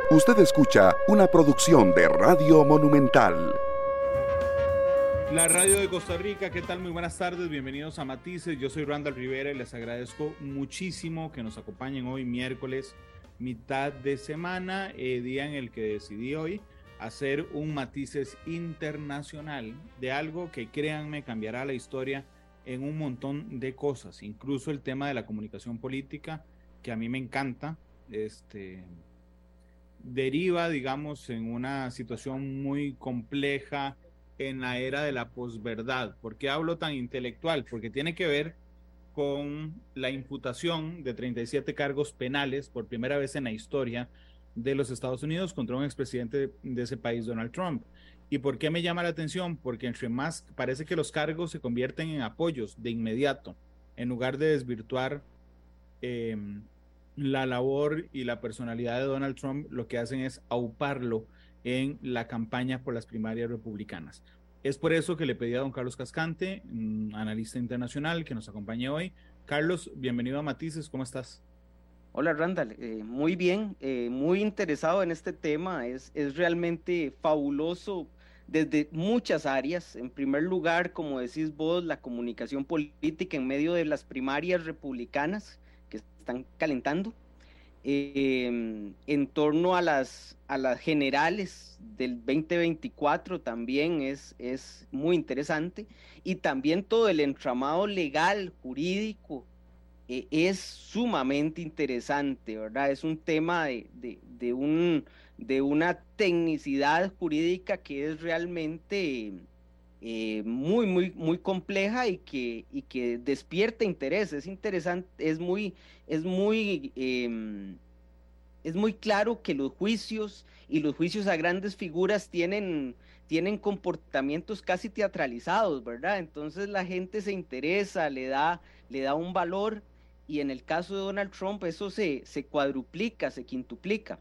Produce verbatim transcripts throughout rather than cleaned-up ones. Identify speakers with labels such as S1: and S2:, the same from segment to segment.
S1: Usted escucha una producción de Radio Monumental.
S2: La radio de Costa Rica, ¿qué tal? Muy buenas tardes, bienvenidos a Matices. Yo soy Randall Rivera y les agradezco muchísimo que nos acompañen hoy miércoles, mitad de semana, eh, día en el que decidí hoy hacer un Matices internacional de algo que, créanme, cambiará la historia en un montón de cosas, incluso el tema de la comunicación política, que a mí me encanta, este, deriva, digamos, en una situación muy compleja en la era de la posverdad. ¿Por qué hablo tan intelectual? Porque tiene que ver con la imputación de treinta y siete cargos penales por primera vez en la historia de los Estados Unidos contra un expresidente de ese país, Donald Trump. ¿Y por qué me llama la atención? Porque entre más parece que los cargos se convierten en apoyos de inmediato, en lugar de desvirtuar eh, la labor y la personalidad de Donald Trump, lo que hacen es auparlo en la campaña por las primarias republicanas. Es por eso que le pedí a don Carlos Cascante, un analista internacional, que nos acompañe hoy. Carlos, bienvenido a Matices, ¿cómo estás?
S3: Hola Randall, eh, muy bien, eh, muy interesado en este tema, es, es realmente fabuloso desde muchas áreas. En primer lugar, como decís vos, la comunicación política en medio de las primarias republicanas que están calentando, eh, en torno a las, a las generales del veinte veinticuatro también es, es muy interesante, y también todo el entramado legal, jurídico, eh, es sumamente interesante, ¿verdad? Es un tema de, de, de, un, de una tecnicidad jurídica que es realmente eh, muy, muy, muy compleja y que, y que despierta interés. Es interesante, es muy, es muy, eh, es muy claro que los juicios y los juicios a grandes figuras tienen, tienen comportamientos casi teatralizados, ¿verdad? Entonces la gente se interesa, le da, le da un valor, y en el caso de Donald Trump eso se, se cuadruplica, se quintuplica.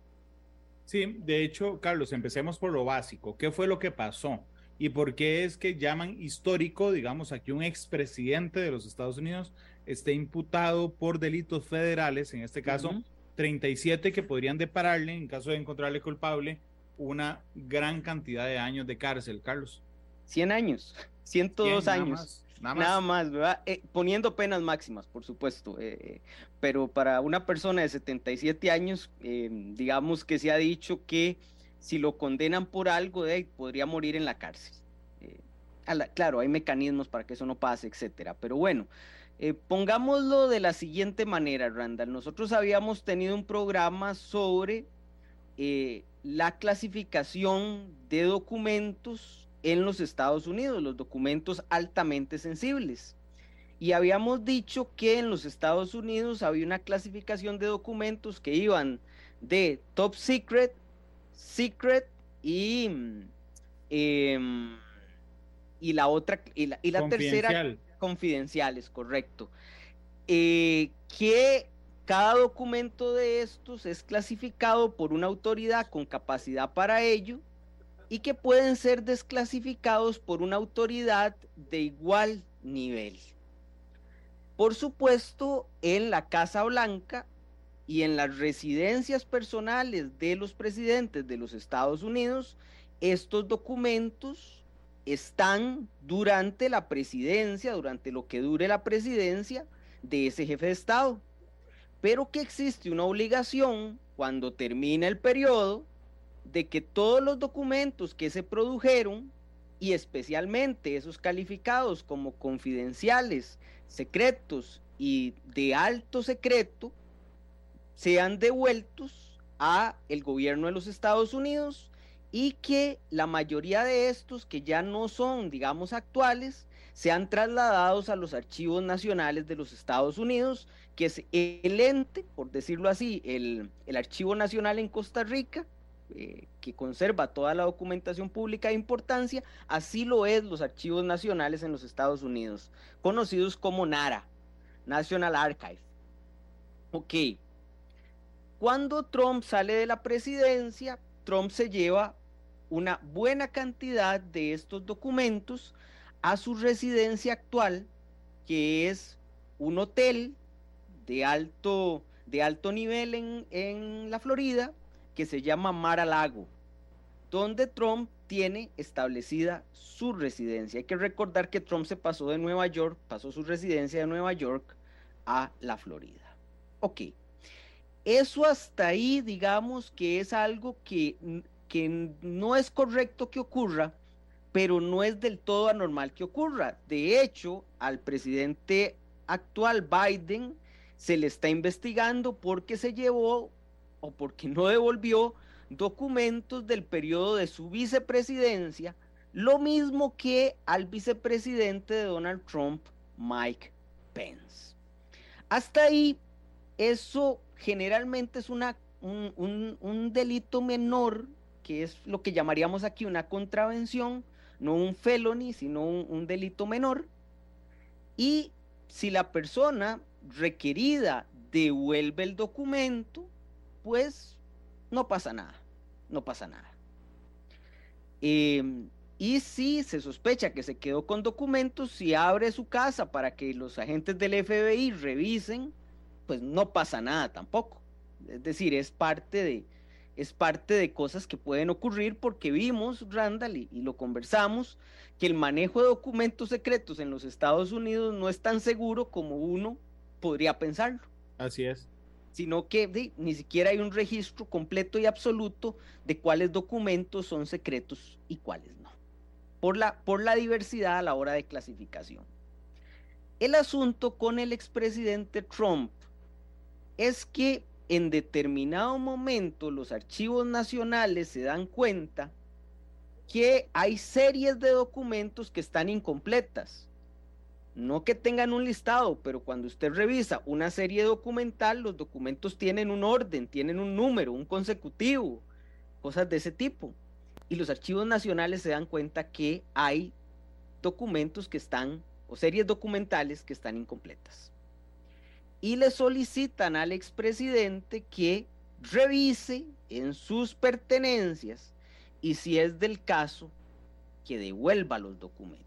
S2: Sí, de hecho, Carlos, empecemos por lo básico. ¿Qué fue lo que pasó? ¿Y por qué es que llaman histórico, digamos, a que un expresidente de los Estados Unidos esté imputado por delitos federales, en este caso, uh-huh. treinta y siete, que podrían depararle, en caso de encontrarle culpable, una gran cantidad de años de cárcel, Carlos?
S3: cien años, ciento dos
S2: cien,
S3: años.
S2: Nada más. Nada más,
S3: Nada más, ¿verdad? Eh, poniendo penas máximas, por supuesto, eh, pero para una persona de setenta y siete años, eh, digamos que se ha dicho que si lo condenan por algo, eh, podría morir en la cárcel. Eh, la, claro, hay mecanismos para que eso no pase, etcétera, pero bueno, eh, pongámoslo de la siguiente manera, Randall. Nosotros habíamos tenido un programa sobre eh, la clasificación de documentos en los Estados Unidos, los documentos altamente sensibles. Y habíamos dicho que en los Estados Unidos había una clasificación de documentos que iban de top secret, secret y, eh, y la otra, y la, y la tercera, confidenciales, correcto. Eh, que cada documento de estos es clasificado por una autoridad con capacidad para ello, y que pueden ser desclasificados por una autoridad de igual nivel. Por supuesto, en la Casa Blanca y en las residencias personales de los presidentes de los Estados Unidos, estos documentos están durante la presidencia, durante lo que dure la presidencia de ese jefe de Estado, pero que existe una obligación cuando termina el periodo de que todos los documentos que se produjeron, y especialmente esos calificados como confidenciales, secretos y de alto secreto, sean devueltos a el gobierno de los Estados Unidos, y que la mayoría de estos, que ya no son, digamos, actuales, sean trasladados a los archivos nacionales de los Estados Unidos, que es el ente, por decirlo así, el, el Archivo Nacional en Costa Rica, Eh, que conserva toda la documentación pública de importancia. Así lo es los archivos nacionales en los Estados Unidos, conocidos como NARA, National Archive. Ok, cuando Trump sale de la presidencia, Trump se lleva una buena cantidad de estos documentos a su residencia actual, que es un hotel de alto, de alto nivel en, en la Florida, que se llama Mar-a-Lago, donde Trump tiene establecida su residencia. Hay que recordar que Trump se pasó de Nueva York, pasó su residencia de Nueva York a la Florida. Ok, eso hasta ahí digamos que es algo que, que no es correcto que ocurra, pero no es del todo anormal que ocurra. De hecho, al presidente actual Biden se le está investigando porque se llevó o porque no devolvió documentos del periodo de su vicepresidencia, lo mismo que al vicepresidente de Donald Trump, Mike Pence. Hasta ahí, eso generalmente es una, un, un, un delito menor, que es lo que llamaríamos aquí una contravención, no un felony, sino un, un delito menor. Y si la persona requerida devuelve el documento, pues no pasa nada, no pasa nada. Eh, y si se sospecha que se quedó con documentos, si abre su casa para que los agentes del F B I revisen, pues no pasa nada tampoco. Es decir, es parte de, es parte de cosas que pueden ocurrir porque vimos, Randall, y, y lo conversamos, que el manejo de documentos secretos en los Estados Unidos no es tan seguro como uno podría pensarlo.
S2: Así es.
S3: Sino que de, ni siquiera hay un registro completo y absoluto de cuáles documentos son secretos y cuáles no, por la, por la diversidad a la hora de clasificación. El asunto con el expresidente Trump es que en determinado momento los archivos nacionales se dan cuenta que hay series de documentos que están incompletas. No que tengan un listado, pero cuando usted revisa una serie documental, los documentos tienen un orden, tienen un número, un consecutivo, cosas de ese tipo. Y los archivos nacionales se dan cuenta que hay documentos que están, o series documentales que están incompletas. Y le solicitan al expresidente que revise en sus pertenencias y, si es del caso, que devuelva los documentos.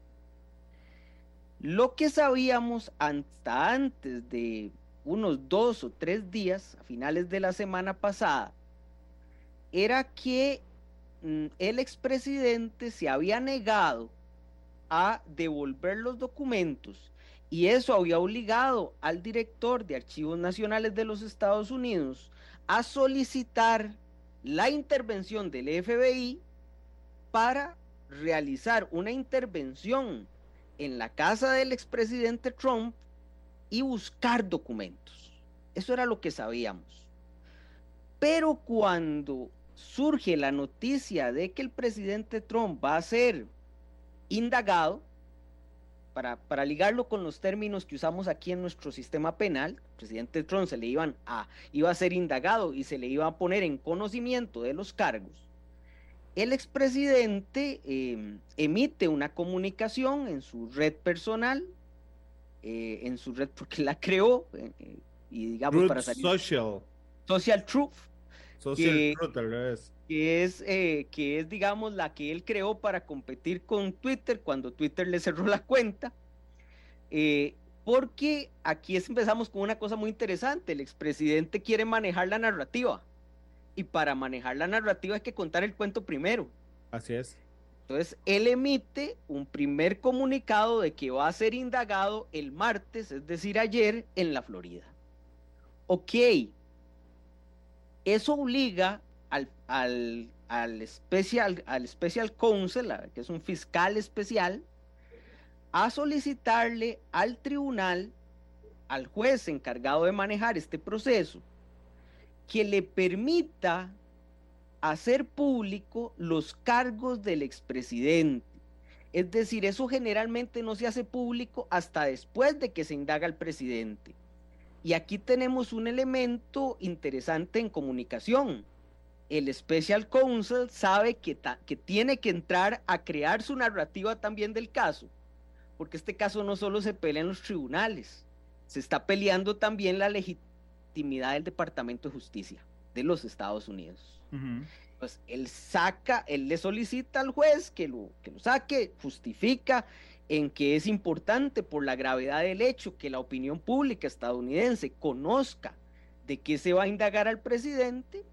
S3: Lo que sabíamos hasta antes de unos dos o tres días, a finales de la semana pasada, era que mm, el expresidente se había negado a devolver los documentos y eso había obligado al director de Archivos Nacionales de los Estados Unidos a solicitar la intervención del F B I para realizar una intervención en la casa del expresidente Trump y buscar documentos. Eso era lo que sabíamos. Pero cuando surge la noticia de que el presidente Trump va a ser indagado, para, para ligarlo con los términos que usamos aquí en nuestro sistema penal, el presidente Trump se le iban a, iba a ser indagado y se le iba a poner en conocimiento de los cargos, el expresidente eh, emite una comunicación en su red personal, eh, en su red porque la creó, eh, y digamos
S2: Truth
S3: para salir...
S2: Social.
S3: Social Truth.
S2: Social
S3: que,
S2: Truth, tal vez.
S3: Que es, eh, que es, digamos, la que él creó para competir con Twitter cuando Twitter le cerró la cuenta. Eh, porque aquí es, empezamos con una cosa muy interesante. El expresidente quiere manejar la narrativa. Y para manejar la narrativa hay que contar el cuento primero.
S2: Así es.
S3: Entonces, él emite un primer comunicado de que va a ser indagado el martes, es decir, ayer, en la Florida. Ok, eso obliga al, al, al, special, al Special Counsel, que es un fiscal especial, a solicitarle al tribunal, al juez encargado de manejar este proceso, que le permita hacer público los cargos del expresidente. Es decir, eso generalmente no se hace público hasta después de que se indaga al presidente. Y aquí tenemos un elemento interesante en comunicación. El Special Counsel sabe que, que tiene que entrar a crear su narrativa también del caso, porque este caso no solo se pelea en los tribunales, se está peleando también la legitimidad del Departamento de Justicia de los Estados Unidos. Uh-huh. Pues él saca, él le solicita al juez que lo, que lo saque, justifica en que es importante por la gravedad del hecho que la opinión pública estadounidense conozca de qué se va a indagar al presidente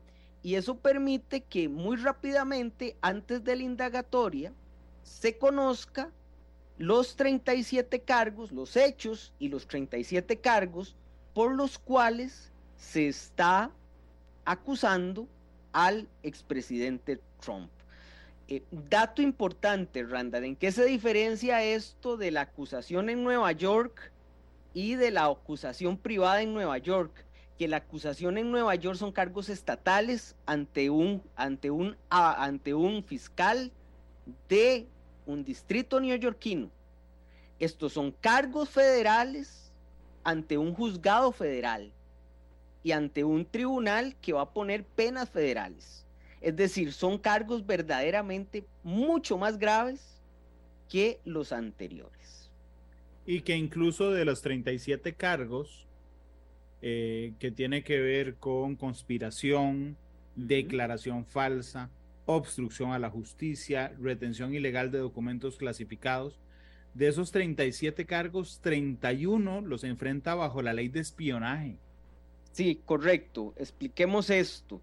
S3: y eso permite que muy rápidamente, antes de la indagatoria, se conozca los treinta y siete cargos, los hechos y los treinta y siete cargos por los cuales se está acusando al expresidente Trump. Eh, dato importante, Randall, ¿en qué se diferencia esto de la acusación en Nueva York y de la acusación privada en Nueva York? Que la acusación en Nueva York son cargos estatales ante un, ante un, a, ante un fiscal de un distrito neoyorquino. Estos son cargos federales ante un juzgado federal y ante un tribunal que va a poner penas federales. Es decir, son cargos verdaderamente mucho más graves que los anteriores.
S2: Y que incluso de los treinta y siete cargos, eh, que tiene que ver con conspiración, uh-huh. declaración falsa, obstrucción a la justicia, retención ilegal de documentos clasificados, de esos treinta y siete cargos, treinta y uno los enfrenta bajo la ley de espionaje.
S3: Sí, correcto. Expliquemos esto.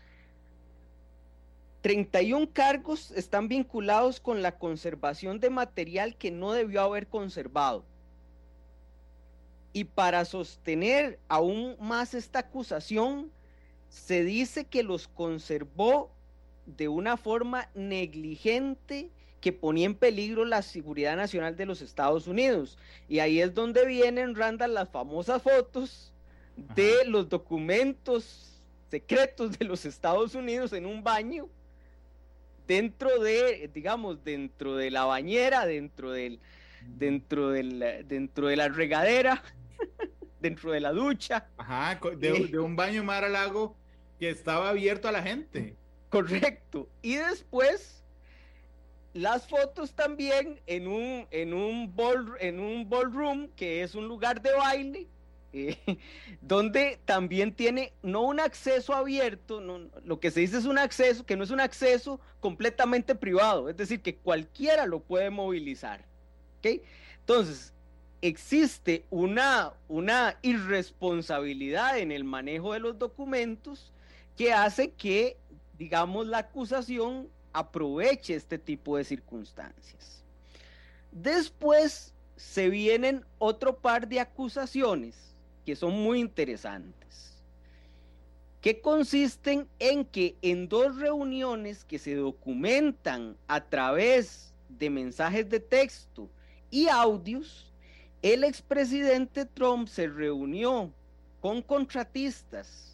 S3: treinta y uno cargos están vinculados con la conservación de material que no debió haber conservado. Y para sostener aún más esta acusación, se dice que los conservó de una forma negligente que ponía en peligro la seguridad nacional de los Estados Unidos. Y ahí es donde vienen, Randall, las famosas fotos de Ajá. los documentos secretos de los Estados Unidos en un baño, dentro de, digamos, dentro de la bañera, dentro del, dentro del, dentro de la regadera, dentro de la ducha.
S2: Ajá, de, eh, de un baño mar a lago que estaba abierto a la gente.
S3: Correcto. Y después las fotos también en un, en un, ball, en un ballroom, que es un lugar de baile, eh, donde también tiene no un acceso abierto, no, lo que se dice es un acceso, que no es un acceso completamente privado, es decir, que cualquiera lo puede movilizar. ¿Okay? Entonces, existe una, una irresponsabilidad en el manejo de los documentos que hace que, digamos, la acusación aproveche este tipo de circunstancias. Después se vienen otro par de acusaciones que son muy interesantes, que consisten en que en dos reuniones que se documentan a través de mensajes de texto y audios, el expresidente Trump se reunió con contratistas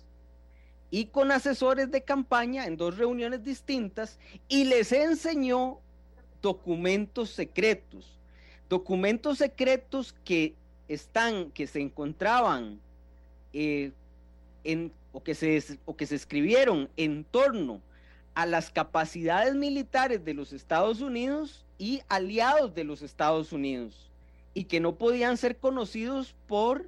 S3: y con asesores de campaña en dos reuniones distintas y les enseñó documentos secretos, documentos secretos que están, que se encontraban eh, en, o, que se, o que se escribieron en torno a las capacidades militares de los Estados Unidos y aliados de los Estados Unidos, y que no podían ser conocidos por,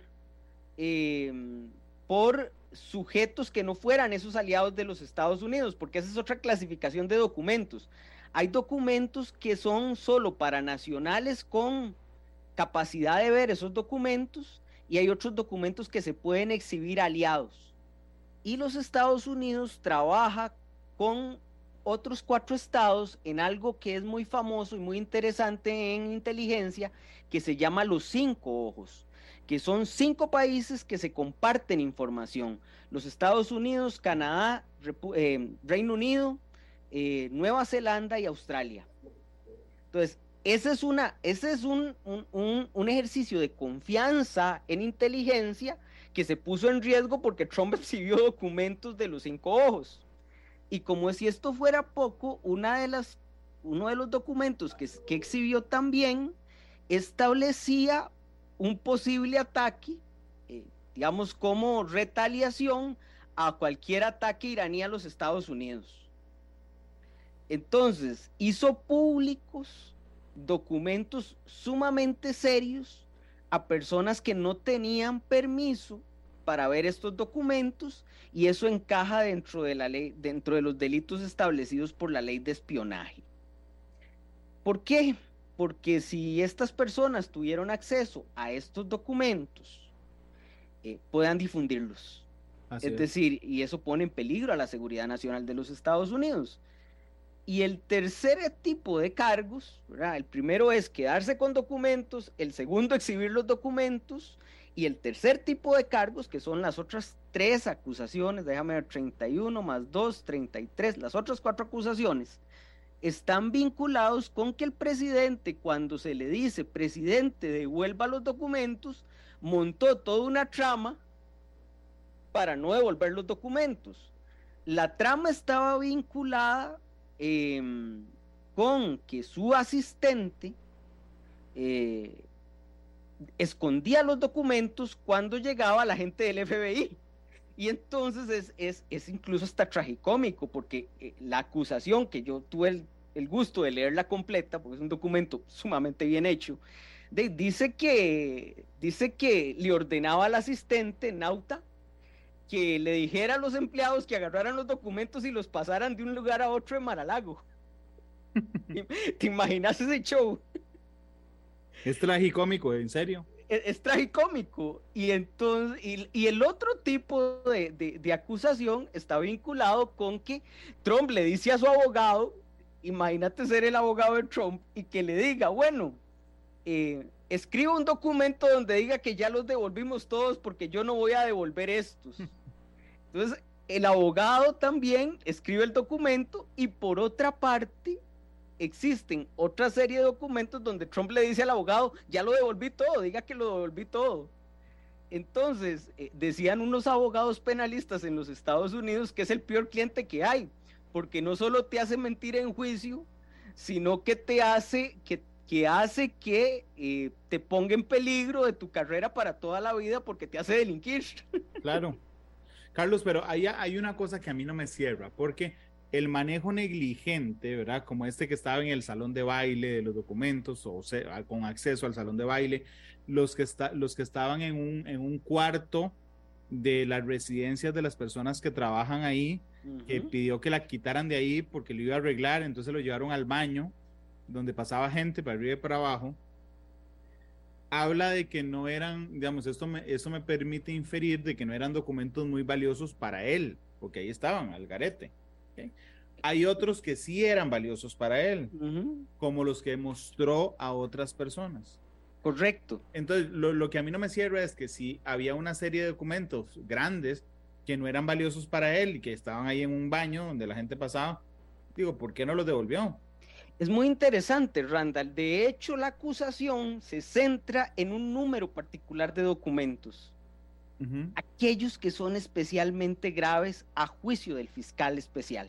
S3: eh, por sujetos que no fueran esos aliados de los Estados Unidos, porque esa es otra clasificación de documentos. Hay documentos que son solo para nacionales con capacidad de ver esos documentos, y hay otros documentos que se pueden exhibir a aliados. Y los Estados Unidos trabaja con otros cuatro estados en algo que es muy famoso y muy interesante en inteligencia, que se llama los cinco ojos, que son cinco países que se comparten información: los Estados Unidos, Canadá, Repu eh, Reino Unido, eh, Nueva Zelanda y Australia. Entonces, ese es, una, ese es un, un, un, un ejercicio de confianza en inteligencia que se puso en riesgo porque Trump exhibió documentos de los cinco ojos. Y como si esto fuera poco, una de las, uno de los documentos que, que exhibió también establecía un posible ataque, eh, digamos, como retaliación a cualquier ataque iraní a los Estados Unidos. Entonces, hizo públicos documentos sumamente serios a personas que no tenían permiso para ver estos documentos, y eso encaja dentro de la ley, dentro de los delitos establecidos por la ley de espionaje. ¿Por qué? Porque si estas personas tuvieron acceso a estos documentos, eh, puedan difundirlos.
S2: Así
S3: es
S2: es.
S3: decir, y eso pone en peligro a la seguridad nacional de los Estados Unidos. Y el tercer tipo de cargos, ¿verdad? El primero es quedarse con documentos, el segundo exhibir los documentos, y el tercer tipo de cargos, que son las otras tres acusaciones, déjame ver, treinta y uno más dos, treinta y tres, las otras cuatro acusaciones, están vinculados con que el presidente, cuando se le dice, presidente, devuelva los documentos, montó toda una trama para no devolver los documentos. La trama estaba vinculada eh, con que su asistente eh, escondía los documentos cuando llegaba la gente del F B I. Y entonces es, es, es incluso hasta tragicómico, porque eh, la acusación, que yo tuve el, el gusto de leerla completa, porque es un documento sumamente bien hecho, de, dice, que, dice que le ordenaba al asistente Nauta que le dijera a los empleados que agarraran los documentos y los pasaran de un lugar a otro en Mar-a-Lago. ¿Te imaginas ese show?
S2: Es tragicómico, en serio.
S3: Es, es tragicómico. Y, entonces, y, y el otro tipo de, de, de acusación está vinculado con que Trump le dice a su abogado, imagínate ser el abogado de Trump, y que le diga, bueno, eh, escriba un documento donde diga que ya los devolvimos todos porque yo no voy a devolver estos. Entonces, el abogado también escribe el documento, y por otra parte, existen otra serie de documentos donde Trump le dice al abogado, ya lo devolví todo, diga que lo devolví todo. Entonces, eh, decían unos abogados penalistas en los Estados Unidos que es el peor cliente que hay, porque no solo te hace mentir en juicio, sino que te hace que, que, hace que eh, te ponga en peligro de tu carrera para toda la vida porque te hace delinquir.
S2: Claro. Carlos, pero hay, hay una cosa que a mí no me cierra, porque el manejo negligente, ¿verdad? Como este que estaba en el salón de baile de los documentos, o sea, con acceso al salón de baile, los que, está, los que estaban en un, en un cuarto de las residencias de las personas que trabajan ahí, uh-huh. que pidió que la quitaran de ahí porque lo iba a arreglar, entonces lo llevaron al baño, donde pasaba gente para arriba y para abajo. Habla de que no eran, digamos, esto me, eso me permite inferir de que no eran documentos muy valiosos para él, porque ahí estaban, al garete. ¿Okay? Hay otros que sí eran valiosos para él, uh-huh. como los que mostró a otras personas.
S3: Correcto.
S2: Entonces, lo, lo que a mí no me cierra es que si había una serie de documentos grandes que no eran valiosos para él y que estaban ahí en un baño donde la gente pasaba, digo, ¿por qué no los devolvió?
S3: Es muy interesante, Randall. De hecho, la acusación se centra en un número particular de documentos. Uh-huh. Aquellos que son especialmente graves a juicio del fiscal especial.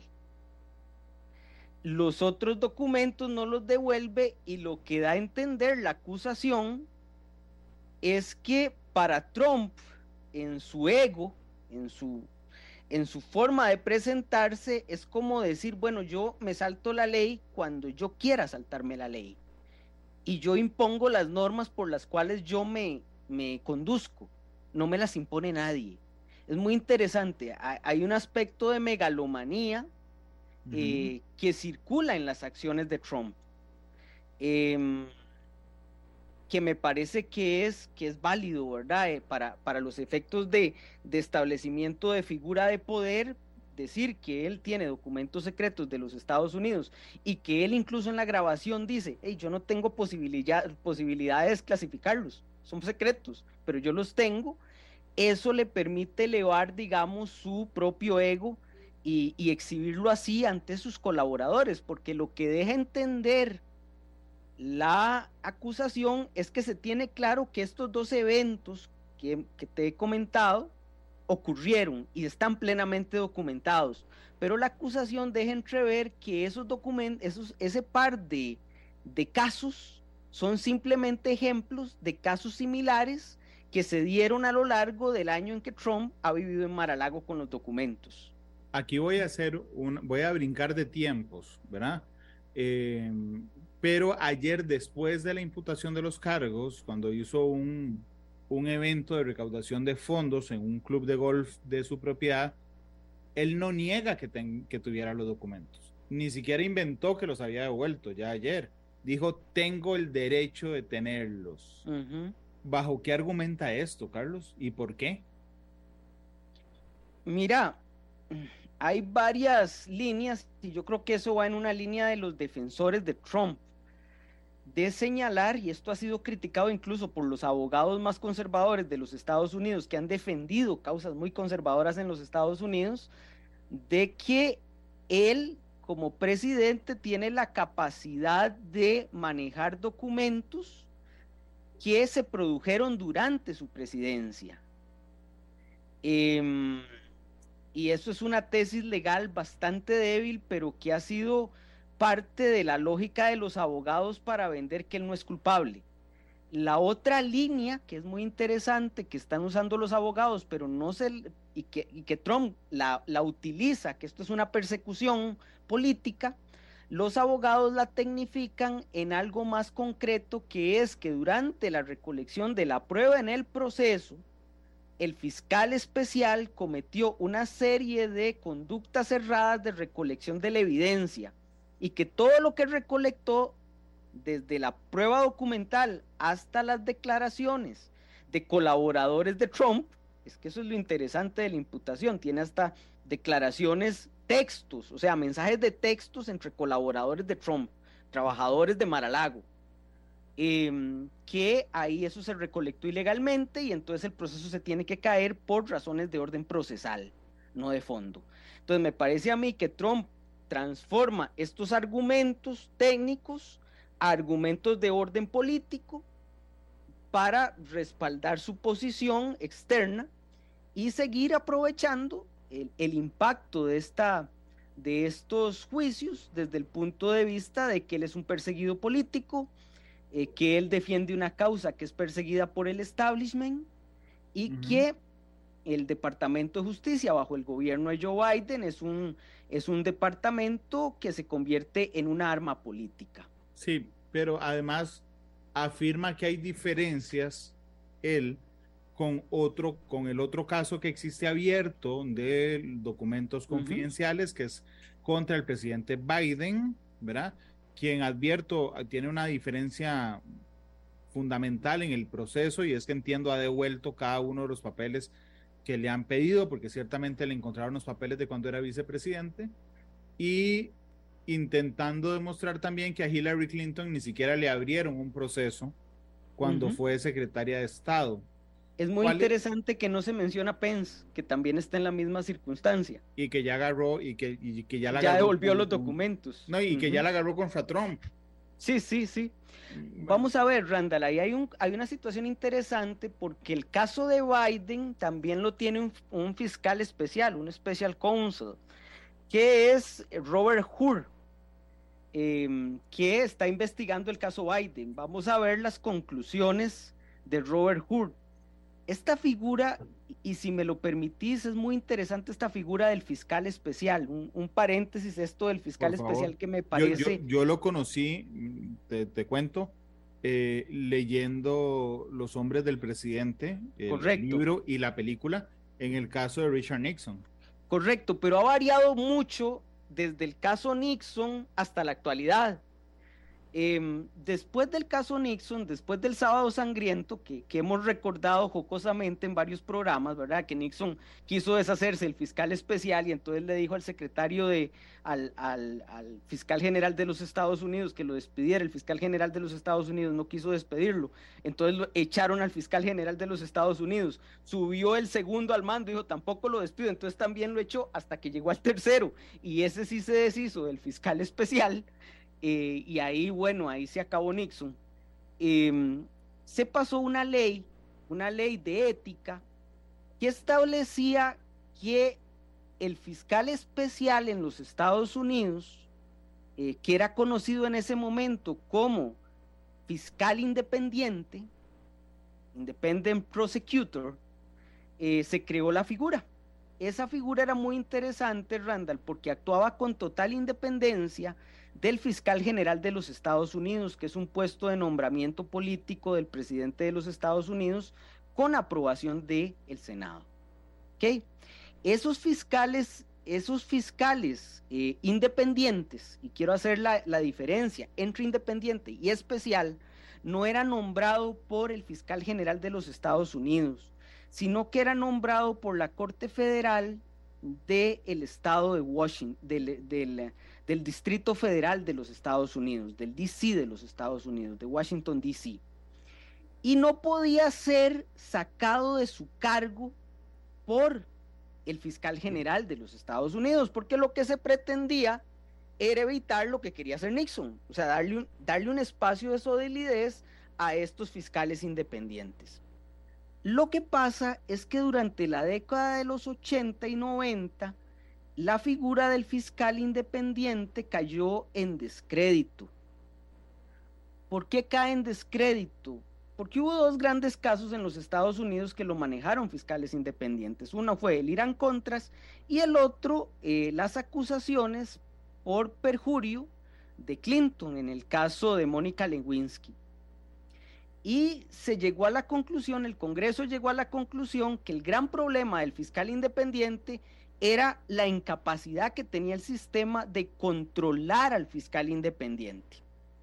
S3: Los otros documentos no los devuelve, y lo que da a entender la acusación es que para Trump, en su ego, en su... en su forma de presentarse, es como decir, bueno, yo me salto la ley cuando yo quiera saltarme la ley, y yo impongo las normas por las cuales yo me, me conduzco, no me las impone nadie. Es muy interesante, hay un aspecto de megalomanía uh-huh. eh, que circula en las acciones de Trump, eh, que me parece que es, que es válido, ¿verdad? Eh, para, para los efectos de, de establecimiento de figura de poder, decir que él tiene documentos secretos de los Estados Unidos y que él incluso en la grabación dice, hey, yo no tengo posibilidad, posibilidad de desclasificarlos, son secretos, pero yo los tengo. Eso le permite elevar, digamos, su propio ego y, y exhibirlo así ante sus colaboradores, porque lo que deja entender la acusación es que se tiene claro que estos dos eventos que, que te he comentado ocurrieron y están plenamente documentados, pero la acusación deja entrever que esos documentos, esos, ese par de, de casos son simplemente ejemplos de casos similares que se dieron a lo largo del año en que Trump ha vivido en Mar-a-Lago con los documentos.
S2: Aquí voy a hacer un, voy a brincar de tiempos, ¿verdad? Eh, pero ayer, después de la imputación de los cargos, cuando hizo un, un evento de recaudación de fondos en un club de golf de su propiedad, él no niega que, ten, que tuviera los documentos, ni siquiera inventó que los había devuelto ya ayer. Dijo, tengo el derecho de tenerlos. Uh-huh. ¿Bajo qué argumenta esto, Carlos? ¿Y por qué?
S3: Mira, hay varias líneas y yo creo que eso va en una línea de los defensores de Trump, de señalar, y esto ha sido criticado incluso por los abogados más conservadores de los Estados Unidos que han defendido causas muy conservadoras en los Estados Unidos, de que él como presidente tiene la capacidad de manejar documentos que se produjeron durante su presidencia. Eh, y eso es una tesis legal bastante débil, pero que ha sido parte de la lógica de los abogados para vender que él no es culpable. La otra línea, que es muy interesante, que están usando los abogados, pero no se, y que, y que Trump la, la utiliza, que esto es una persecución política, los abogados la tecnifican en algo más concreto, que es que durante la recolección de la prueba en el proceso, el fiscal especial cometió una serie de conductas erradas de recolección de la evidencia, y que todo lo que recolectó, desde la prueba documental hasta las declaraciones de colaboradores de Trump, es que eso es lo interesante de la imputación, tiene hasta declaraciones, textos, o sea, mensajes de textos entre colaboradores de Trump, trabajadores de Mar-a-Lago, eh, que ahí eso se recolectó ilegalmente y entonces el proceso se tiene que caer por razones de orden procesal, no de fondo. Entonces me parece a mí que Trump transforma estos argumentos técnicos a argumentos de orden político para respaldar su posición externa y seguir aprovechando el, el impacto de, esta, de estos juicios desde el punto de vista de que él es un perseguido político, eh, que él defiende una causa que es perseguida por el establishment y uh-huh. que el Departamento de Justicia bajo el gobierno de Joe Biden es un, es un departamento que se convierte en una arma política.
S2: Sí, pero además afirma que hay diferencias él con otro, con el otro caso que existe abierto de documentos confidenciales, uh-huh. que es contra el presidente Biden, ¿verdad? Quien advierto tiene una diferencia fundamental en el proceso, y es que entiendo ha devuelto cada uno de los papeles que le han pedido, porque ciertamente le encontraron los papeles de cuando era vicepresidente, y intentando demostrar también que a Hillary Clinton ni siquiera le abrieron un proceso cuando uh-huh. fue secretaria de Estado.
S3: Es muy interesante es? que no se menciona Pence, que también está en la misma circunstancia.
S2: Y que ya agarró, y que, y que ya la
S3: ya
S2: agarró
S3: devolvió
S2: con,
S3: los documentos.
S2: No, y
S3: uh-huh.
S2: que ya la agarró contra Trump.
S3: Sí, sí, sí. Bueno. Vamos a ver, Randall, ahí hay, un, hay una situación interesante, porque el caso de Biden también lo tiene un, un fiscal especial, un special counsel, que es Robert Hur, eh, que está investigando el caso Biden. Vamos a ver las conclusiones de Robert Hur. Esta figura, y si me lo permitís, es muy interesante esta figura del fiscal especial, un, un paréntesis esto del fiscal especial que me parece...
S2: Yo, yo, yo lo conocí, te, te cuento, eh, leyendo Los hombres del presidente, el
S3: Correcto.
S2: libro y la película, en el caso de Richard Nixon.
S3: Correcto, pero ha variado mucho desde el caso Nixon hasta la actualidad. Eh, después del caso Nixon, después del sábado sangriento, que, que hemos recordado jocosamente en varios programas, ¿verdad? Que Nixon quiso deshacerse del fiscal especial y entonces le dijo al secretario de, al, al, al fiscal general de los Estados Unidos que lo despidiera. El fiscal general de los Estados Unidos no quiso despedirlo, entonces lo echaron al fiscal general de los Estados Unidos. Subió el segundo al mando, dijo tampoco lo despido, entonces también lo echó hasta que llegó al tercero, y ese sí se deshizo del fiscal especial. Eh, y ahí, bueno, ahí se acabó Nixon. Eh, se pasó una ley, una ley de ética, que establecía que el fiscal especial en los Estados Unidos, eh, que era conocido en ese momento como fiscal independiente, Independent Prosecutor, eh, se creó la figura. Esa figura era muy interesante, Randall, porque actuaba con total independencia del fiscal general de los Estados Unidos, que es un puesto de nombramiento político del presidente de los Estados Unidos con aprobación del Senado. ¿Okay? Esos fiscales, esos fiscales eh, independientes, y quiero hacer la, la diferencia entre independiente y especial, no era nombrado por el fiscal general de los Estados Unidos, sino que era nombrado por la Corte Federal del estado de Washington, del, del, del Distrito Federal de los Estados Unidos, del D C de los Estados Unidos, de Washington D C, y no podía ser sacado de su cargo por el fiscal general de los Estados Unidos, porque lo que se pretendía era evitar lo que quería hacer Nixon, o sea, darle un, darle un espacio de solidez a estos fiscales independientes. Lo que pasa es que durante la década de los ochenta y noventa, la figura del fiscal independiente cayó en descrédito. ¿Por qué cae en descrédito? Porque hubo dos grandes casos en los Estados Unidos que lo manejaron fiscales independientes. Uno fue el Irán-Contras y el otro, eh, las acusaciones por perjurio de Clinton en el caso de Mónica Lewinsky. Y se llegó a la conclusión, el Congreso llegó a la conclusión que el gran problema del fiscal independiente era la incapacidad que tenía el sistema de controlar al fiscal independiente.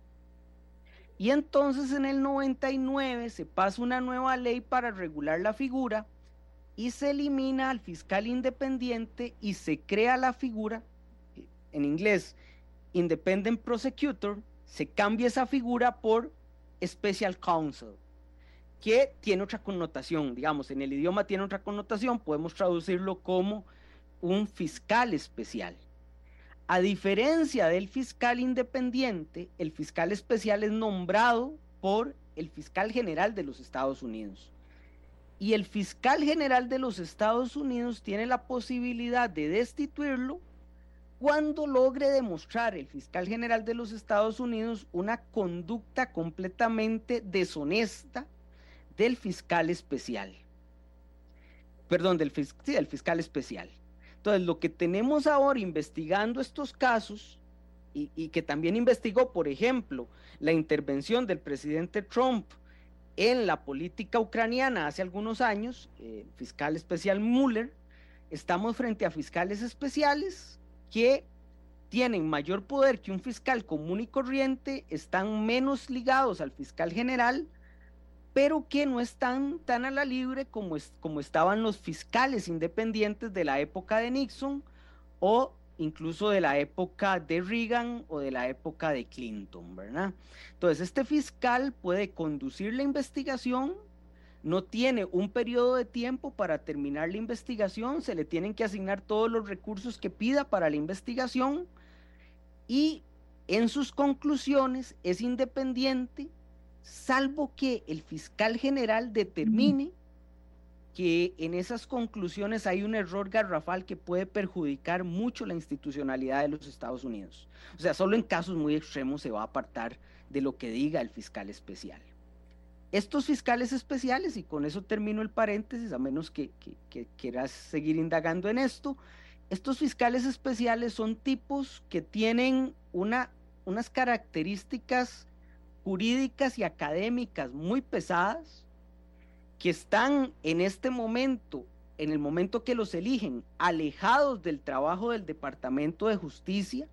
S3: Y entonces en el noventa y nueve se pasa una nueva ley para regular la figura y se elimina al fiscal independiente y se crea la figura, en inglés, Independent Prosecutor, se cambia esa figura por Special Counsel, que tiene otra connotación, digamos, en el idioma tiene otra connotación, podemos traducirlo como un fiscal especial. A diferencia del fiscal independiente, el fiscal especial es nombrado por el fiscal general de los Estados Unidos. Y el fiscal general de los Estados Unidos tiene la posibilidad de destituirlo cuando logre demostrar el fiscal general de los Estados Unidos una conducta completamente deshonesta del fiscal especial. Perdón, del, fis sí, del fiscal especial. Entonces, lo que tenemos ahora investigando estos casos, y, y que también investigó, por ejemplo, la intervención del presidente Trump en la política ucraniana hace algunos años, el eh, fiscal especial Mueller, estamos frente a fiscales especiales que tienen mayor poder que un fiscal común y corriente, están menos ligados al fiscal general, pero que no están tan a la libre como, es, como estaban los fiscales independientes de la época de Nixon o incluso de la época de Reagan o de la época de Clinton, ¿verdad? Entonces, este fiscal puede conducir la investigación, no tiene un periodo de tiempo para terminar la investigación, se le tienen que asignar todos los recursos que pida para la investigación y en sus conclusiones es independiente, salvo que el fiscal general determine que en esas conclusiones hay un error garrafal que puede perjudicar mucho la institucionalidad de los Estados Unidos. O sea, solo en casos muy extremos se va a apartar de lo que diga el fiscal especial. Estos fiscales especiales, y con eso termino el paréntesis, a menos que, que, que quieras seguir indagando en esto, estos fiscales especiales son tipos que tienen una, unas características jurídicas y académicas muy pesadas, que están en este momento, en el momento que los eligen, alejados del trabajo del Departamento de Justicia,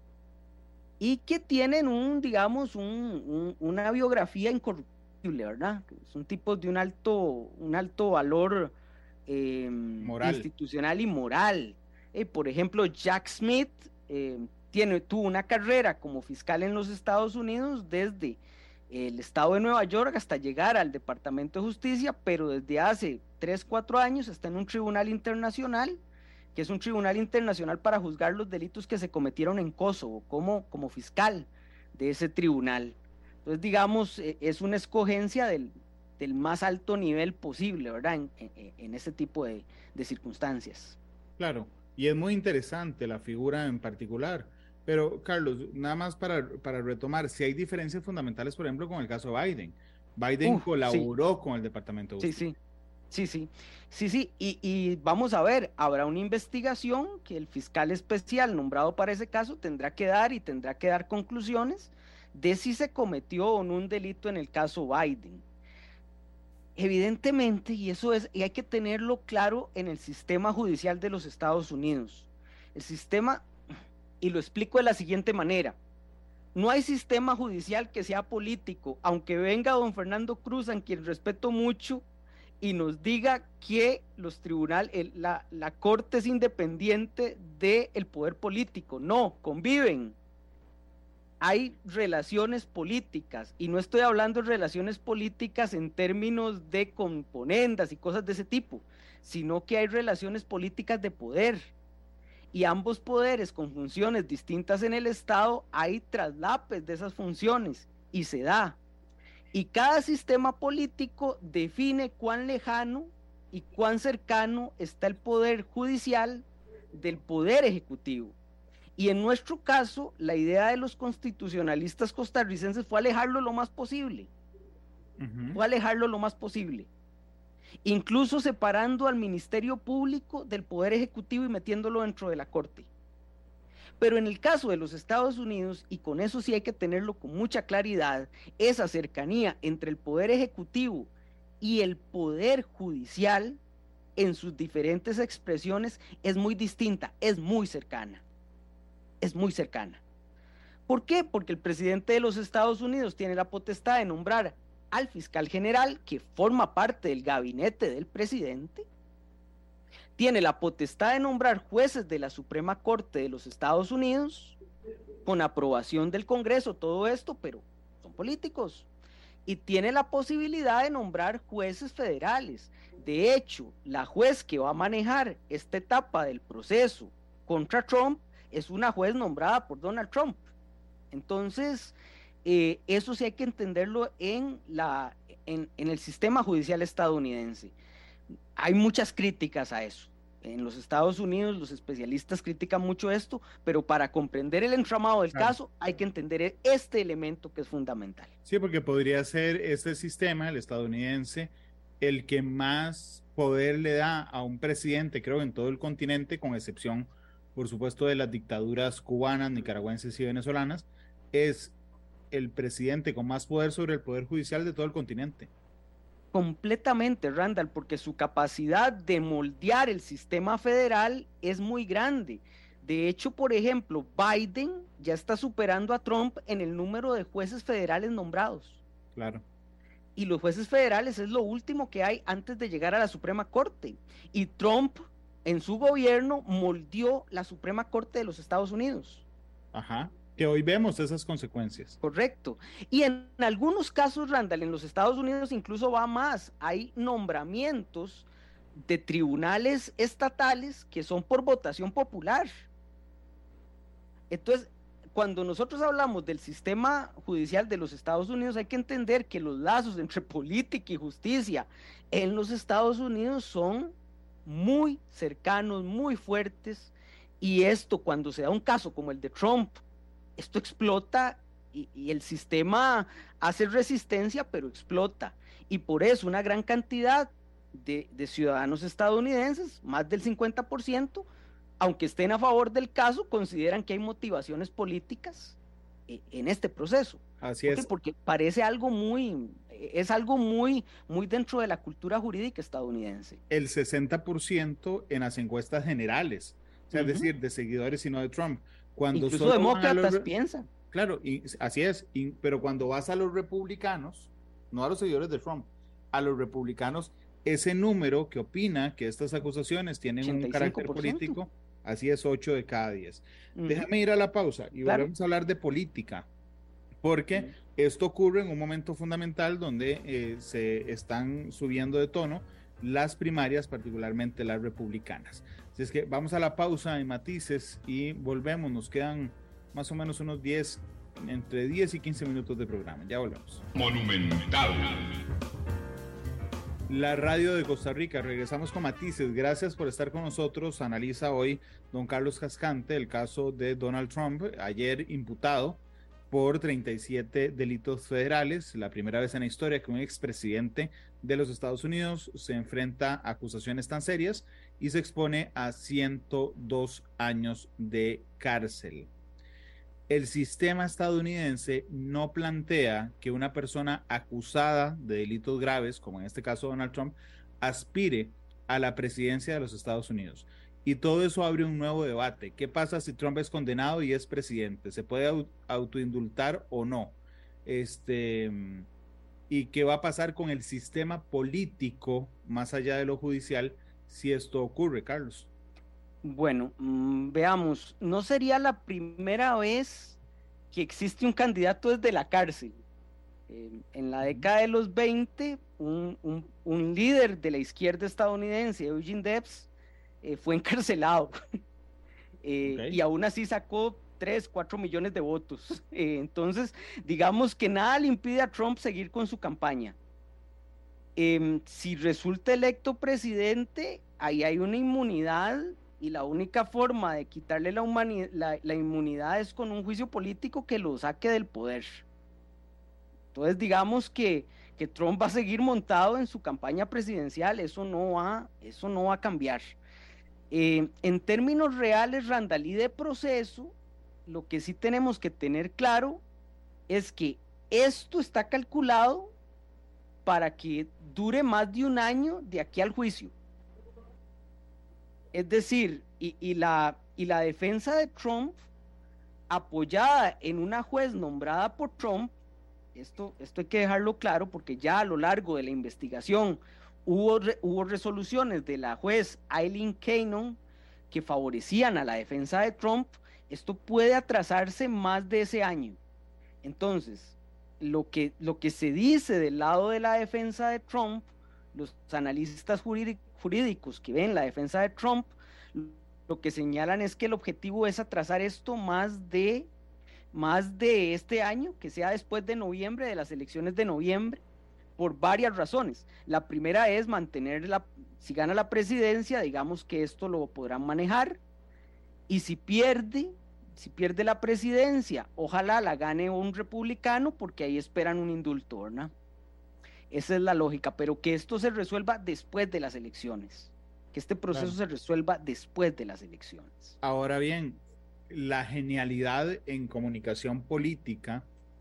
S3: y que tienen un, digamos, un, un, una biografía incorruptible, ¿verdad? Son tipos de un alto, un alto valor eh, institucional y moral. Eh, por ejemplo, Jack Smith eh, tiene, tuvo una carrera como fiscal en los Estados Unidos desde el estado de Nueva York hasta llegar al Departamento de Justicia, pero desde hace tres, cuatro años está en un tribunal internacional, que es un tribunal internacional para juzgar los delitos que se cometieron en Kosovo, como, como fiscal de ese tribunal. Entonces, digamos, es una escogencia del, del más alto nivel posible, ¿verdad? En, en, en ese tipo de, de circunstancias.
S2: Claro, y es muy interesante la figura en particular. Pero, Carlos, nada más para, para retomar, si hay diferencias fundamentales, por ejemplo, con el caso de Biden. Biden uh, colaboró sí. con el Departamento de Justicia.
S3: Sí, sí, sí, sí, sí, sí. Y, y vamos a ver, habrá una investigación que el fiscal especial nombrado para ese caso tendrá que dar y tendrá que dar conclusiones de si se cometió o no un delito en el caso Biden. Evidentemente, y eso es, y hay que tenerlo claro en el sistema judicial de los Estados Unidos. El sistema, y lo explico de la siguiente manera, no hay sistema judicial que sea político, aunque venga don Fernando Cruz, a quien respeto mucho, y nos diga que los tribunales, la, la corte es independiente del poder político. No, conviven. Hay relaciones políticas, y no estoy hablando de relaciones políticas en términos de componendas y cosas de ese tipo, sino que hay relaciones políticas de poder, y ambos poderes con funciones distintas en el Estado, hay traslapes de esas funciones, y se da. Y cada sistema político define cuán lejano y cuán cercano está el poder judicial del poder ejecutivo. Y en nuestro caso, la idea de los constitucionalistas costarricenses fue alejarlo lo más posible. Uh-huh. Fue alejarlo lo más posible. Incluso separando al Ministerio Público del Poder Ejecutivo y metiéndolo dentro de la Corte. Pero en el caso de los Estados Unidos, y con eso sí hay que tenerlo con mucha claridad, esa cercanía entre el Poder Ejecutivo y el Poder Judicial, en sus diferentes expresiones, es muy distinta, es muy cercana. Es muy cercana. ¿Por qué? Porque el presidente de los Estados Unidos tiene la potestad de nombrar al fiscal general, que forma parte del gabinete del presidente, tiene la potestad de nombrar jueces de la Suprema Corte de los Estados Unidos, con aprobación del Congreso, todo esto, pero son políticos, y tiene la posibilidad de nombrar jueces federales. De hecho, la juez que va a manejar esta etapa del proceso contra Trump es una juez nombrada por Donald Trump. Entonces, eh, eso sí hay que entenderlo en, la, en, en el sistema judicial estadounidense. Hay muchas críticas a eso. En los Estados Unidos los especialistas critican mucho esto, pero para comprender el entramado del claro. caso hay que entender este elemento que es fundamental.
S2: Sí, porque podría ser este sistema, el estadounidense, el que más poder le da a un presidente, creo, en todo el continente, con excepción, por supuesto, de las dictaduras cubanas, nicaragüenses y venezolanas, es el presidente con más poder sobre el poder judicial de todo el continente.
S3: Completamente, Randall, porque su capacidad de moldear el sistema federal es muy grande. De hecho, por ejemplo, Biden ya está superando a Trump en el número de jueces federales nombrados.
S2: Claro.
S3: Y los jueces federales es lo último que hay antes de llegar a la Suprema Corte. Y Trump, en su gobierno, moldeó la Suprema Corte de los Estados Unidos.
S2: Ajá. Que hoy vemos esas consecuencias.
S3: Correcto. Y en algunos casos, Randall, en los Estados Unidos incluso va más. Hay nombramientos de tribunales estatales que son por votación popular. Entonces, cuando nosotros hablamos del sistema judicial de los Estados Unidos, hay que entender que los lazos entre política y justicia en los Estados Unidos son muy cercanos, muy fuertes, y esto, cuando se da un caso como el de Trump, esto explota y, y el sistema hace resistencia, pero explota. Y por eso una gran cantidad de, de ciudadanos estadounidenses, más del cincuenta por ciento, aunque estén a favor del caso, consideran que hay motivaciones políticas eh, en este proceso.
S2: Así
S3: ¿Por qué?
S2: es.
S3: Porque parece algo muy, es algo muy, muy dentro de la cultura jurídica estadounidense.
S2: El sesenta por ciento en las encuestas generales, o sea, uh-huh. es decir, de seguidores y no de Trump. Cuando
S3: Incluso demócratas los... piensan.
S2: Claro, y, así es, y, pero cuando vas a los republicanos, no a los seguidores de Trump, a los republicanos, ese número que opina que estas acusaciones tienen un carácter político, así es, ocho de cada diez. Uh-huh. Déjame ir a la pausa y claro. volvemos a hablar de política, porque uh-huh. esto ocurre en un momento fundamental donde eh, se están subiendo de tono las primarias, particularmente las republicanas. Así es que vamos a la pausa en Matices y volvemos, nos quedan más o menos unos diez, entre diez y quince minutos de programa, ya volvemos.
S1: Monumental.
S2: La radio de Costa Rica, regresamos con Matices, gracias por estar con nosotros. Analiza hoy don Carlos Cascante el caso de Donald Trump, ayer imputado por treinta y siete delitos federales, la primera vez en la historia que un expresidente de los Estados Unidos se enfrenta a acusaciones tan serias y se expone a ciento dos años de cárcel. El sistema estadounidense no plantea que una persona acusada de delitos graves, como en este caso Donald Trump, aspire a la presidencia de los Estados Unidos. Y todo eso abre un nuevo debate. ¿Qué pasa si Trump es condenado y es presidente? ¿Se puede autoindultar o no? Este, ¿Y qué va a pasar con el sistema político, más allá de lo judicial, si esto ocurre, Carlos?
S3: Bueno, mmm, veamos, no sería la primera vez que existe un candidato desde la cárcel. Eh, en la década de los veinte, un, un, un líder de la izquierda estadounidense, Eugene Debs, eh, fue encarcelado eh,
S2: Okay.
S3: y aún así sacó tres, cuatro millones de votos. Eh, entonces, digamos que nada le impide a Trump seguir con su campaña. Eh, si resulta electo presidente, ahí hay una inmunidad y la única forma de quitarle la, la, la inmunidad es con un juicio político que lo saque del poder. Entonces digamos que, que Trump va a seguir montado en su campaña presidencial, eso no va, eso no va a cambiar. Eh, en términos reales, Randall, y de proceso, lo que sí tenemos que tener claro es que esto está calculado para que dure más de un año de aquí al juicio. Es decir, y, y, la, y la defensa de Trump, apoyada en una juez nombrada por Trump, esto, esto hay que dejarlo claro porque ya a lo largo de la investigación hubo, re, hubo resoluciones de la juez Aileen Cannon que favorecían a la defensa de Trump. Esto puede atrasarse más de ese año. Entonces, lo que, lo que se dice del lado de la defensa de Trump, los analistas jurídicos que ven la defensa de Trump, lo que señalan es que el objetivo es atrasar esto más de, más de este año, que sea después de noviembre, de las elecciones de noviembre, por varias razones. La primera es mantener, la, si gana la presidencia, digamos que esto lo podrán manejar, y si pierde, si pierde la presidencia, ojalá la gane un republicano, porque ahí esperan un indulto, ¿verdad? Esa es la lógica, pero que esto se resuelva después de las elecciones, que este proceso claro. se resuelva después de las elecciones.
S2: Ahora bien, la genialidad en comunicación política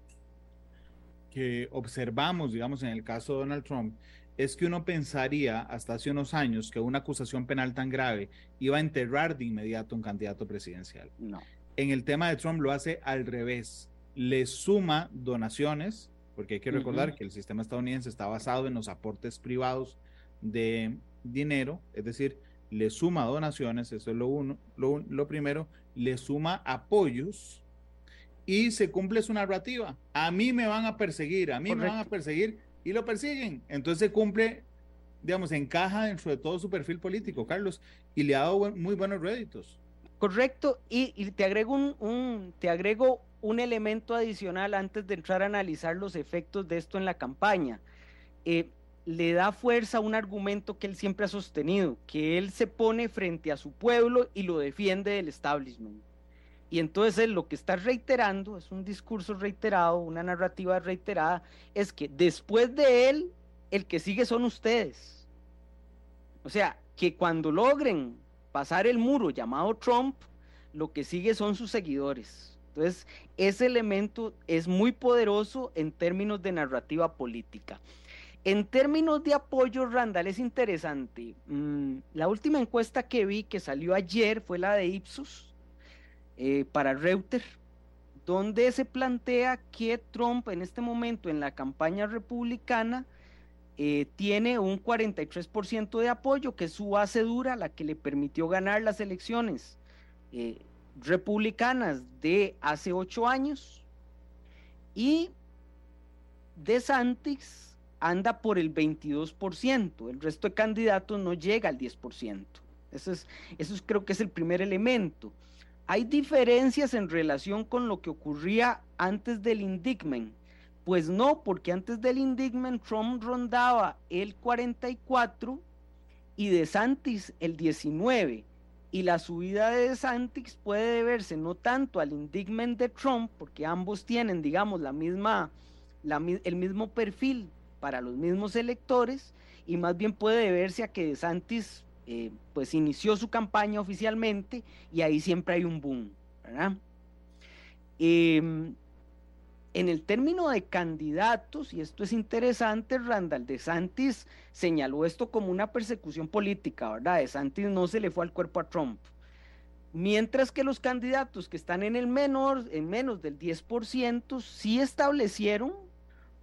S2: que observamos, digamos, en el caso de Donald Trump, es que uno pensaría hasta hace unos años que una acusación penal tan grave iba a enterrar de inmediato un candidato presidencial.
S3: No.
S2: En el tema de Trump lo hace al revés, le suma donaciones, porque hay que recordar uh-huh. que el sistema estadounidense está basado en los aportes privados de dinero, es decir, le suma donaciones, eso es lo uno, lo, lo primero, le suma apoyos y se cumple su narrativa. A mí me van a perseguir, a mí Correcto. me van a perseguir y lo persiguen. Entonces se cumple, digamos, encaja dentro de todo su perfil político, Carlos, y le ha dado buen, muy buenos réditos.
S3: Correcto, y, y te agrego un, un, te agrego un elemento adicional antes de entrar a analizar los efectos de esto en la campaña. Eh, le da fuerza a un argumento que él siempre ha sostenido, que él se pone frente a su pueblo y lo defiende del establishment. Y entonces él lo que está reiterando, es un discurso reiterado, una narrativa reiterada, es que después de él, el que sigue son ustedes. O sea, que cuando logren pasar el muro llamado Trump, lo que sigue son sus seguidores. Entonces, ese elemento es muy poderoso en términos de narrativa política. En términos de apoyo, Randall, es interesante. Mm, la última encuesta que vi, que salió ayer, fue la de Ipsos, eh, para Reuters, donde se plantea que Trump en este momento en la campaña republicana eh, tiene un cuarenta y tres por ciento de apoyo, que es su base dura, la que le permitió ganar las elecciones eh, republicanas de hace ocho años, y DeSantis anda por el veintidós por ciento, el resto de candidatos no llega al diez por ciento. Eso es, eso es, creo que es el primer elemento. Hay diferencias en relación con lo que ocurría antes del indictment. Pues no, porque antes del indictment Trump rondaba el cuarenta y cuatro y DeSantis el diecinueve, y la subida de DeSantis puede deberse no tanto al indictment de Trump, porque ambos tienen, digamos, la misma, la, el mismo perfil para los mismos electores, y más bien puede deberse a que DeSantis eh, pues inició su campaña oficialmente y ahí siempre hay un boom, ¿verdad? Eh, En el término de candidatos, y esto es interesante, Randall, DeSantis señaló esto como una persecución política, ¿verdad? DeSantis no se le fue al cuerpo a Trump. Mientras que los candidatos que están en el menor, en menos del diez por ciento, sí establecieron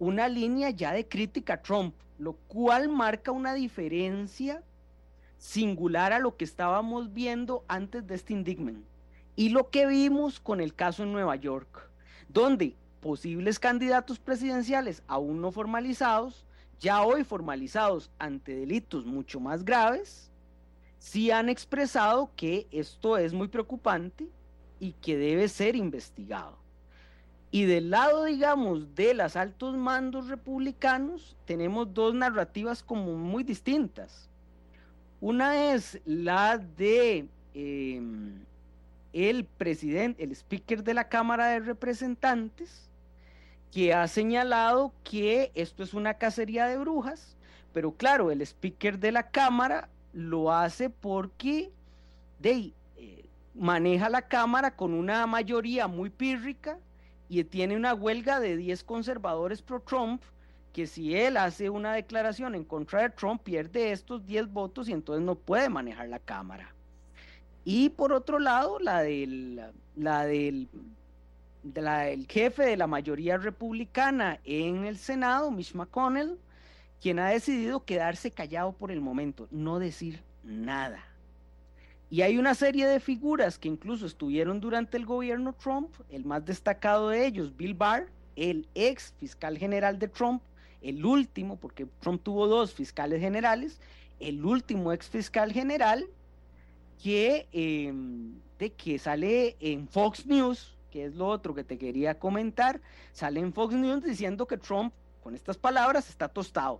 S3: una línea ya de crítica a Trump, lo cual marca una diferencia singular a lo que estábamos viendo antes de este indictment y lo que vimos con el caso en Nueva York, donde posibles candidatos presidenciales aún no formalizados, ya hoy formalizados ante delitos mucho más graves, sí han expresado que esto es muy preocupante y que debe ser investigado. Y del lado, digamos, de los altos mandos republicanos, tenemos dos narrativas como muy distintas. Una es la de eh, el presidente, el speaker de la Cámara de Representantes, que ha señalado que esto es una cacería de brujas, pero claro, el speaker de la Cámara lo hace porque de, eh, maneja la Cámara con una mayoría muy pírrica y tiene una huelga de diez conservadores pro Trump, que si él hace una declaración en contra de Trump, pierde estos diez votos y entonces no puede manejar la Cámara. Y por otro lado, la del, la del, de la del jefe de la mayoría republicana en el Senado, Mitch McConnell, quien ha decidido quedarse callado por el momento, no decir nada. Y hay una serie de figuras que incluso estuvieron durante el gobierno Trump, el más destacado de ellos, Bill Barr, el ex fiscal general de Trump, el último, porque Trump tuvo dos fiscales generales, el último ex fiscal general, que, eh, de que sale en Fox News, que es lo otro que te quería comentar, sale en Fox News diciendo que Trump, con estas palabras, está tostado.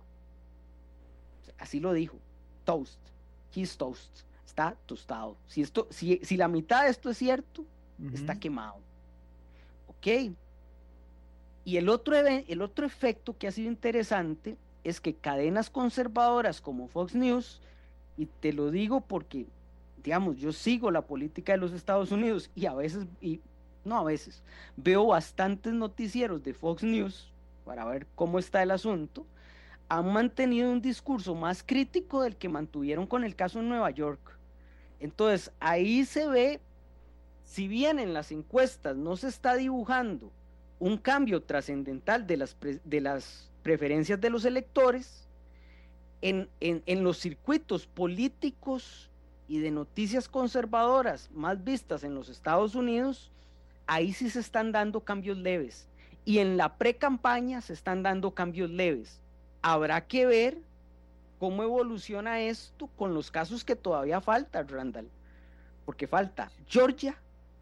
S3: Así lo dijo, toast, he's toast, está tostado. Si, esto, si, si la mitad de esto es cierto, uh-huh. está quemado. Ok. Y el otro, el otro efecto que ha sido interesante es que cadenas conservadoras como Fox News, y te lo digo porque, digamos, yo sigo la política de los Estados Unidos y a veces, y no a veces, veo bastantes noticieros de Fox News para ver cómo está el asunto, han mantenido un discurso más crítico del que mantuvieron con el caso en Nueva York. Entonces, ahí se ve, si bien en las encuestas no se está dibujando un cambio trascendental de las, pre, de las preferencias de los electores, en, en, en los circuitos políticos y de noticias conservadoras más vistas en los Estados Unidos, ahí sí se están dando cambios leves, y en la pre-campaña se están dando cambios leves. Habrá que ver cómo evoluciona esto con los casos que todavía faltan, Randall, porque falta Georgia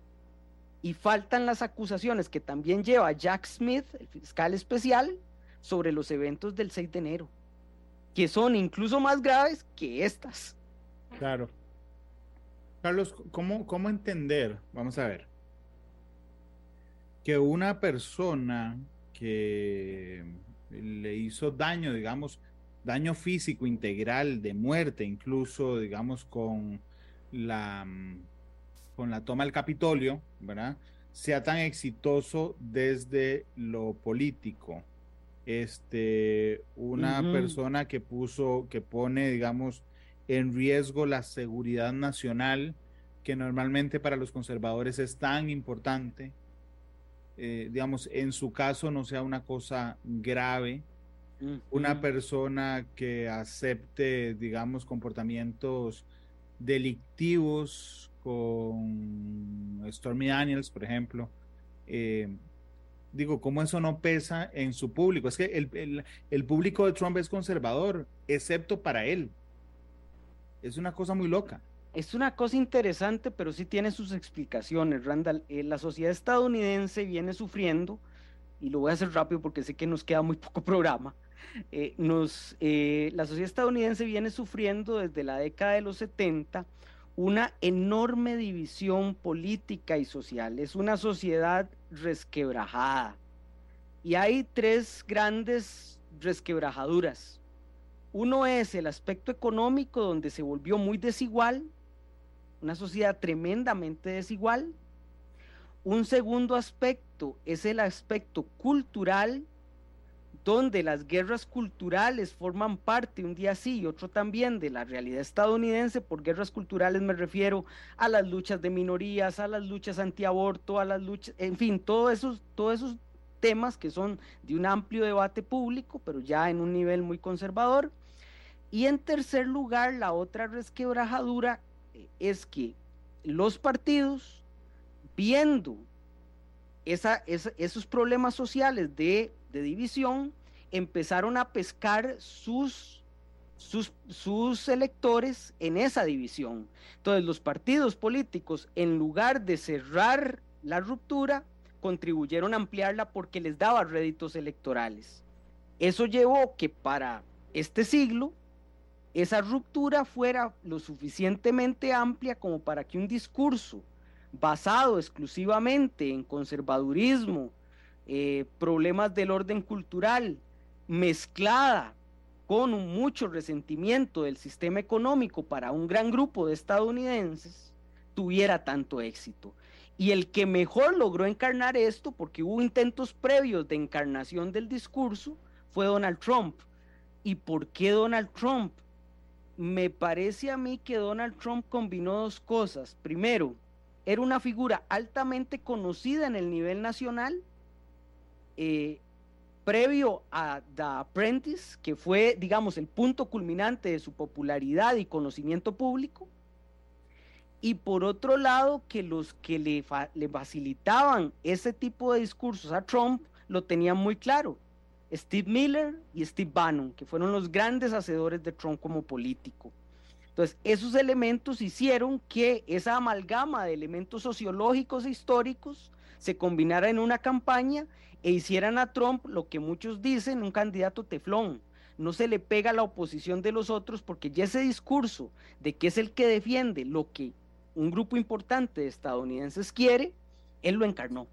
S3: y faltan las acusaciones que también lleva Jack Smith, el fiscal especial, sobre los eventos del seis de enero, que son incluso más graves que estas.
S2: Claro. Carlos, ¿cómo, cómo entender? Vamos a ver. Que una persona que le hizo daño, digamos, daño físico integral, de muerte, incluso, digamos, con la, con la toma del Capitolio, ¿verdad?, sea tan exitoso desde lo político. Este, una uh-huh. persona que puso, que pone, digamos, en riesgo la seguridad nacional, que normalmente para los conservadores es tan importante, eh, digamos, en su caso no sea una cosa grave, uh-huh. una persona que acepte, digamos, comportamientos delictivos con Stormy Daniels, por ejemplo, eh, digo, ¿cómo eso no pesa en su público? Es que el, el, el público de Trump es conservador, excepto para él. Es una cosa muy loca.
S3: Es una cosa interesante, pero sí tiene sus explicaciones, Randall. Eh, la sociedad estadounidense viene sufriendo, y lo voy a hacer rápido porque sé que nos queda muy poco programa, eh, nos, eh, la sociedad estadounidense viene sufriendo desde la década de los setenta una enorme división política y social. Es una sociedad resquebrajada, y hay tres grandes resquebrajaduras. Uno es el aspecto económico, donde se volvió muy desigual, una sociedad tremendamente desigual. Un segundo aspecto es el aspecto cultural, donde las guerras culturales forman parte, un día sí y otro también, de la realidad estadounidense. Por guerras culturales me refiero a las luchas de minorías, a las luchas antiaborto, a las luchas, en fin, todo eso, todo eso temas que son de un amplio debate público, pero ya en un nivel muy conservador. Y en tercer lugar, la otra resquebrajadura es que los partidos, viendo esa, esa, esos problemas sociales de, de división, empezaron a pescar sus, sus, sus electores en esa división. Entonces los partidos políticos, en lugar de cerrar la ruptura, contribuyeron a ampliarla porque les daba réditos electorales. Eso llevó que para este siglo esa ruptura fuera lo suficientemente amplia como para que un discurso basado exclusivamente en conservadurismo, eh, problemas del orden cultural, mezclada con un mucho resentimiento del sistema económico para un gran grupo de estadounidenses, tuviera tanto éxito. Y el que mejor logró encarnar esto, porque hubo intentos previos de encarnación del discurso, fue Donald Trump. ¿Y por qué Donald Trump? Me parece a mí que Donald Trump combinó dos cosas. Primero, era una figura altamente conocida en el nivel nacional, eh, previo a The Apprentice, que fue, digamos, el punto culminante de su popularidad y conocimiento público. Y por otro lado, que los que le, fa le facilitaban ese tipo de discursos a Trump lo tenían muy claro. Steve Miller y Steve Bannon, que fueron los grandes hacedores de Trump como político. Entonces, esos elementos hicieron que esa amalgama de elementos sociológicos e históricos se combinara en una campaña e hicieran a Trump lo que muchos dicen, un candidato teflón. No se le pega a la oposición de los otros porque ya ese discurso de que es el que defiende lo que un grupo importante de estadounidenses quiere, él lo encarnó.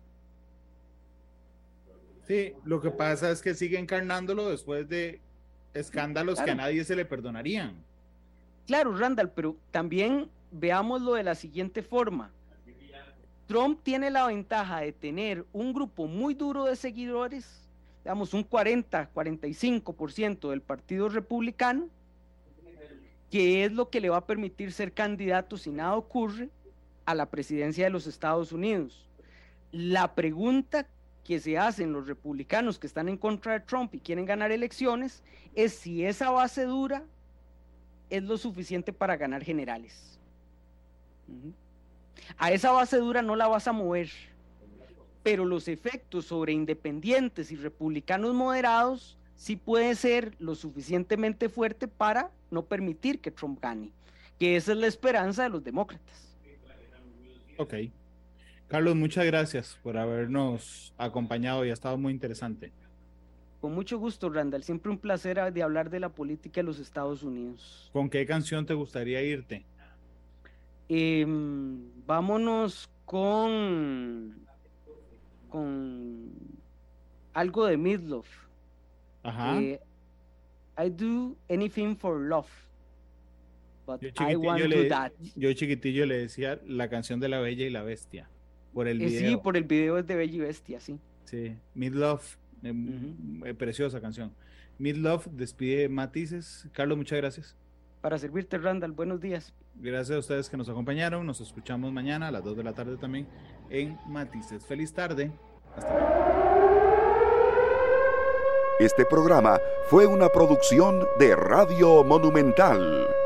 S2: Sí, lo que pasa es que sigue encarnándolo después de escándalos claro. que a nadie se le perdonarían.
S3: Claro, Randall, pero también veámoslo de la siguiente forma. Trump tiene la ventaja de tener un grupo muy duro de seguidores, digamos un cuarenta, cuarenta y cinco por ciento del Partido Republicano, que es lo que le va a permitir ser candidato, si nada ocurre, a la presidencia de los Estados Unidos. La pregunta que se hacen los republicanos que están en contra de Trump y quieren ganar elecciones es si esa base dura es lo suficiente para ganar generales. Uh-huh. A esa base dura no la vas a mover, pero los efectos sobre independientes y republicanos moderados sí puede ser lo suficientemente fuerte para no permitir que Trump gane, que esa es la esperanza de los demócratas.
S2: Ok. Carlos, muchas gracias por habernos acompañado y ha estado muy interesante.
S3: Con mucho gusto, Randall. Siempre un placer de hablar de la política de los Estados Unidos.
S2: ¿Con qué canción te gustaría irte?
S3: Eh, vámonos con, con algo de Meatloaf.
S2: Ajá.
S3: Eh, I do anything for love, but
S2: yo
S3: I want
S2: le,
S3: to that.
S2: Yo chiquitillo le decía la canción de La Bella y la Bestia. Por el video.
S3: Eh, sí, por el video es de Bella y Bestia, sí.
S2: Sí, Meatloaf, eh, uh-huh. eh, preciosa canción. Meatloaf despide Matices. Carlos, muchas gracias.
S3: Para servirte, Randall, buenos días.
S2: Gracias a ustedes que nos acompañaron. Nos escuchamos mañana a las dos de la tarde también en Matices. Feliz tarde. Hasta luego.
S1: Este programa fue una producción de Radio Monumental.